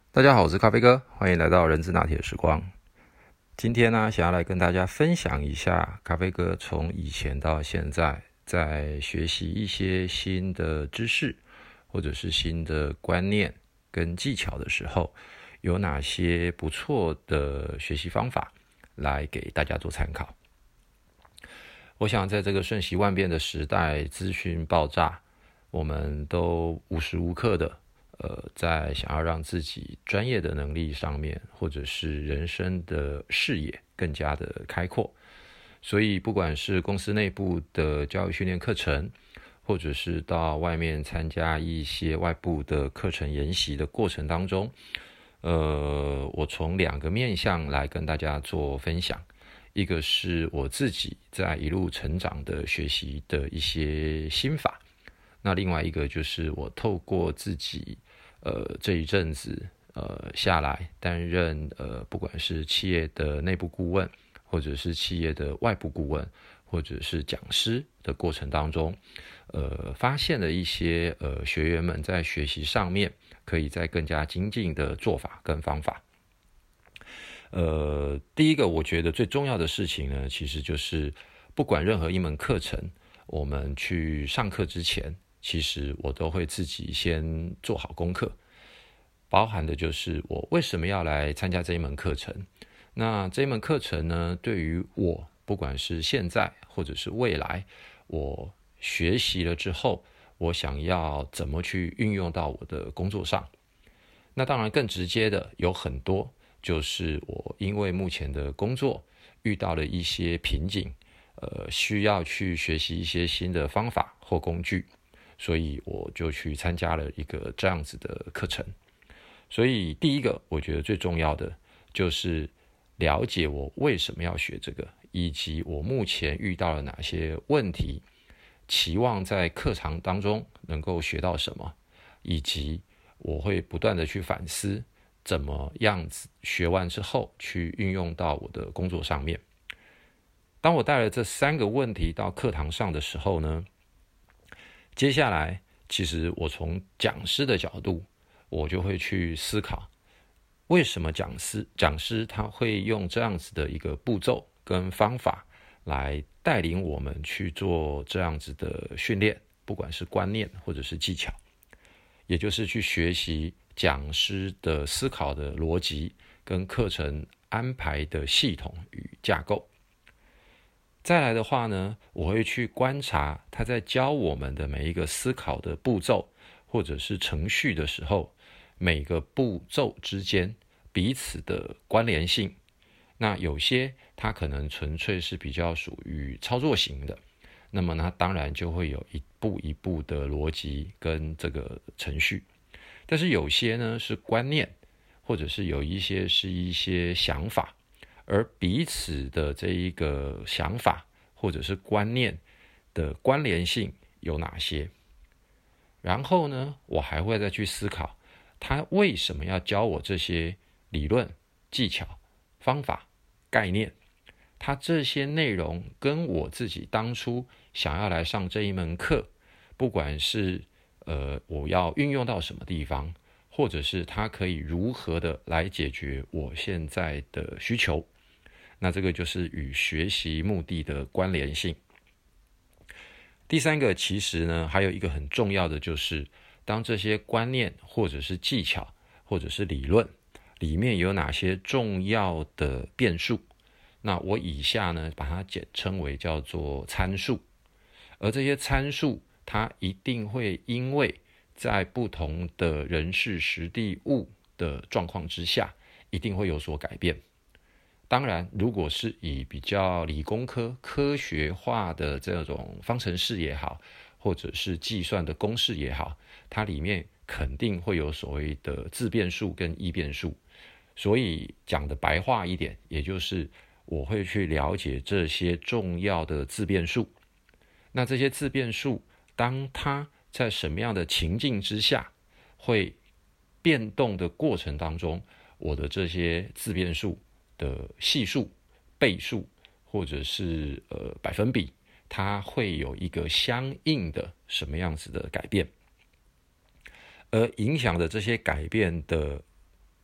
大家好，我是咖啡哥，欢迎来到人之拿铁时光。今天呢，想要来跟大家分享一下咖啡哥从以前到现在，在学习一些新的知识，或者是新的观念跟技巧的时候，有哪些不错的学习方法，来给大家做参考。我想在这个瞬息万变的时代，资讯爆炸，我们都无时无刻的在想要让自己专业的能力上面，或者是人生的视野更加的开阔。所以不管是公司内部的教育训练课程，或者是到外面参加一些外部的课程研习的过程当中，我从两个面向来跟大家做分享。一个是我自己在一路成长的学习的一些心法，那另外一个就是我透过自己这一阵子下来担任不管是企业的内部顾问，或者是企业的外部顾问，或者是讲师的过程当中，发现了一些学员们在学习上面可以再更加精进的做法跟方法。第一个我觉得最重要的事情呢，其实就是不管任何一门课程，我们去上课之前，其实我都会自己先做好功课，包含的就是我为什么要来参加这一门课程。那这一门课程呢，对于我不管是现在或者是未来，我学习了之后，我想要怎么去运用到我的工作上。那当然更直接的有很多，就是我因为目前的工作遇到了一些瓶颈，需要去学习一些新的方法或工具，所以我就去参加了一个这样子的课程。所以第一个我觉得最重要的就是了解我为什么要学这个，以及我目前遇到了哪些问题，期望在课堂当中能够学到什么，以及我会不断的去反思怎么样子学完之后去运用到我的工作上面。当我带了这三个问题到课堂上的时候呢，接下来其实我从讲师的角度，我就会去思考，为什么讲师他会用这样子的一个步骤跟方法来带领我们去做这样子的训练，不管是观念或者是技巧，也就是去学习讲师的思考的逻辑跟课程安排的系统与架构。再来的话呢，我会去观察他在教我们的每一个思考的步骤或者是程序的时候，每个步骤之间彼此的关联性。那有些它可能纯粹是比较属于操作型的，那么它当然就会有一步一步的逻辑跟这个程序。但是有些呢是观念，或者是有一些是一些想法，而彼此的这一个想法或者是观念的关联性有哪些。然后呢，我还会再去思考他为什么要教我这些理论、技巧、方法、概念，他这些内容跟我自己当初想要来上这一门课，不管是我要运用到什么地方，或者是它可以如何的来解决我现在的需求，那这个就是与学习目的的关联性。第三个其实呢，还有一个很重要的就是，当这些观念或者是技巧或者是理论里面有哪些重要的变数，那我以下呢把它简称为叫做参数。而这些参数它一定会因为在不同的人事时地物的状况之下，一定会有所改变。当然，如果是以比较理工科科学化的这种方程式也好，或者是计算的公式也好，它里面肯定会有所谓的自变数跟异变数。所以讲的白话一点，也就是我会去了解这些重要的自变数。那这些自变数，当它在什么样的情境之下会变动的过程当中，我的这些自变数的系数、倍数或者是百分比，它会有一个相应的什么样子的改变，而影响的这些改变的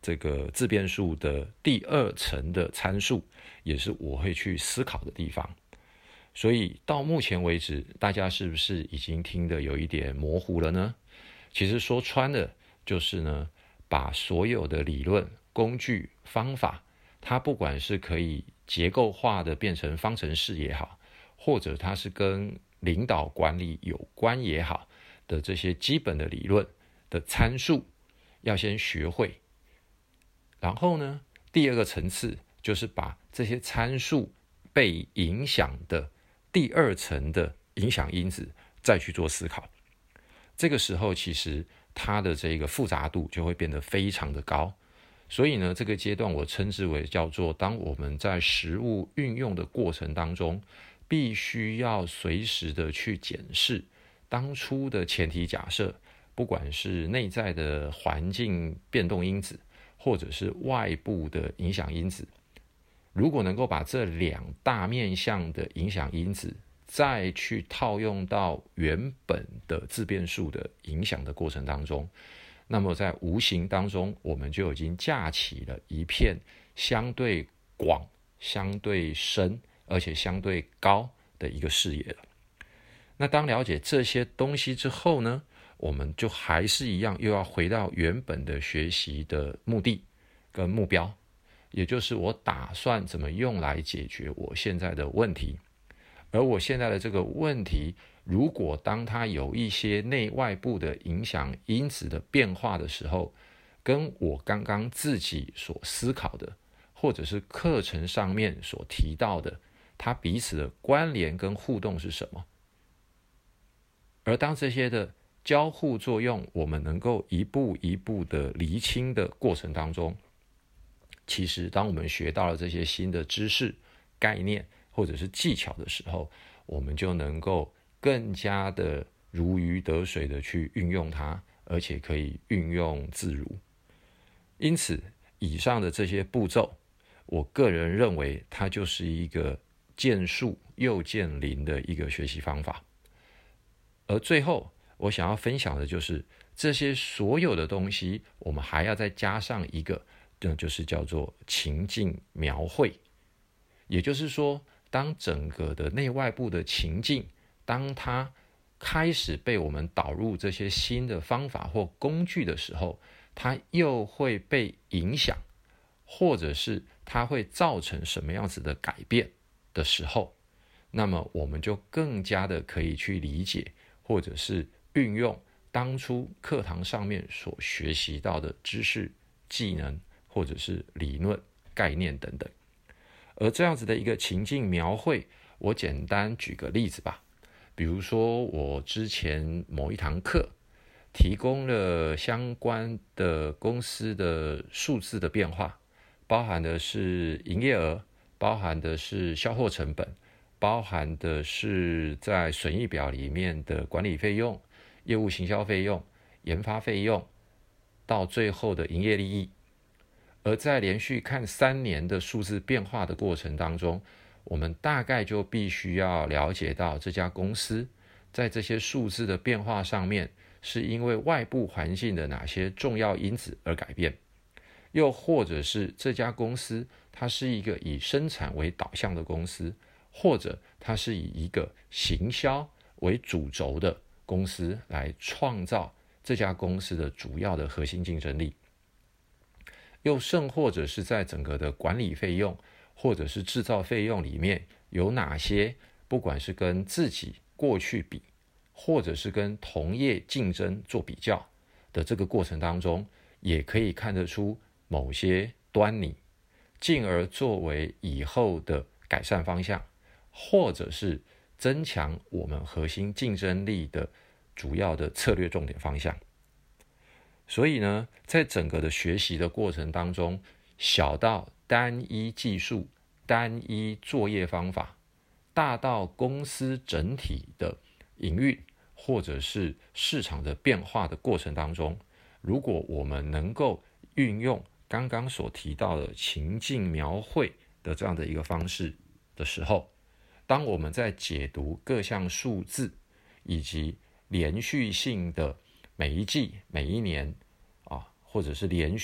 这个自变数的第二层的参数，也是我会去思考的地方。所以到目前为止，大家是不是已经听得有一点模糊了呢？其实说穿了，就是呢，把所有的理论、工具、方法，它不管是可以结构化的变成方程式也好，或者它是跟领导管理有关也好的这些基本的理论的参数，要先学会。然后呢，第二个层次就是把这些参数被影响的第二层的影响因子再去做思考。这个时候其实它的这个复杂度就会变得非常的高。所以呢，这个阶段我称之为叫做当我们在实务运用的过程当中，必须要随时的去检视当初的前提假设，不管是内在的环境变动因子，或者是外部的影响因子，如果能够把这两大面向的影响因子再去套用到原本的自变数的影响的过程当中，那么在无形当中，我们就已经架起了一片相对广、相对深，而且相对高的一个视野了。那当了解这些东西之后呢，我们就还是一样，又要回到原本的学习的目的跟目标，也就是我打算怎么用来解决我现在的问题。而我现在的这个问题，如果当它有一些内外部的影响因子的变化的时候，跟我刚刚自己所思考的，或者是课程上面所提到的，它彼此的关联跟互动是什么？而当这些的交互作用，我们能够一步一步的厘清的过程当中，其实当我们学到了这些新的知识、概念或者是技巧的时候，我们就能够更加的如鱼得水的去运用它，而且可以运用自如。因此，以上的这些步骤，我个人认为它就是一个见树又见林的一个学习方法。而最后我想要分享的就是这些所有的东西，我们还要再加上一个，就是叫做情境描绘。也就是说，当整个的内外部的情境，当它开始被我们导入这些新的方法或工具的时候，它又会被影响，或者是它会造成什么样子的改变的时候，那么我们就更加的可以去理解，或者是运用当初课堂上面所学习到的知识、技能，或者是理论、概念等等。而这样子的一个情境描绘，我简单举个例子吧。比如说我之前某一堂课提供了相关的公司的数字的变化，包含的是营业额，包含的是销货成本，包含的是在损益表里面的管理费用、业务行销费用、研发费用，到最后的营业利益。而在连续看3年的数字变化的过程当中，我们大概就必须要了解到这家公司在这些数字的变化上面，是因为外部环境的哪些重要因子而改变，又或者是这家公司它是一个以生产为导向的公司，或者它是以一个行销为主轴的公司来创造这家公司的主要的核心竞争力。又甚或者是在整个的管理费用或者是制造费用里面，有哪些不管是跟自己过去比，或者是跟同业竞争做比较的这个过程当中，也可以看得出某些端倪，进而作为以后的改善方向，或者是增强我们核心竞争力的主要的策略重点方向。所以呢，在整个的学习的过程当中，小到单一技术、单一作业方法，大到公司整体的营运或者是市场的变化的过程当中，如果我们能够运用刚刚所提到的情境描绘的这样的一个方式的时候，当我们在解读各项数字以及连续性的每一季、每一年或者是连续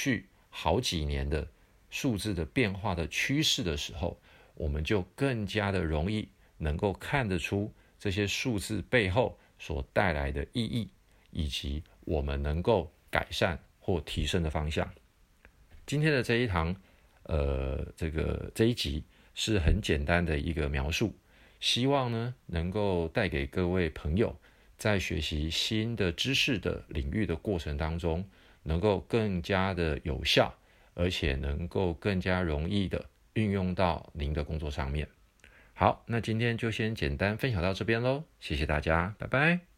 好几年的数字的变化的趋势的时候，我们就更加的容易能够看得出这些数字背后所带来的意义，以及我们能够改善或提升的方向。今天的这一堂这一集是很简单的一个描述，希望呢能够带给各位朋友在学习新的知识的领域的过程当中，能够更加的有效，而且能够更加容易的运用到您的工作上面。好，那今天就先简单分享到这边咯，谢谢大家，拜拜。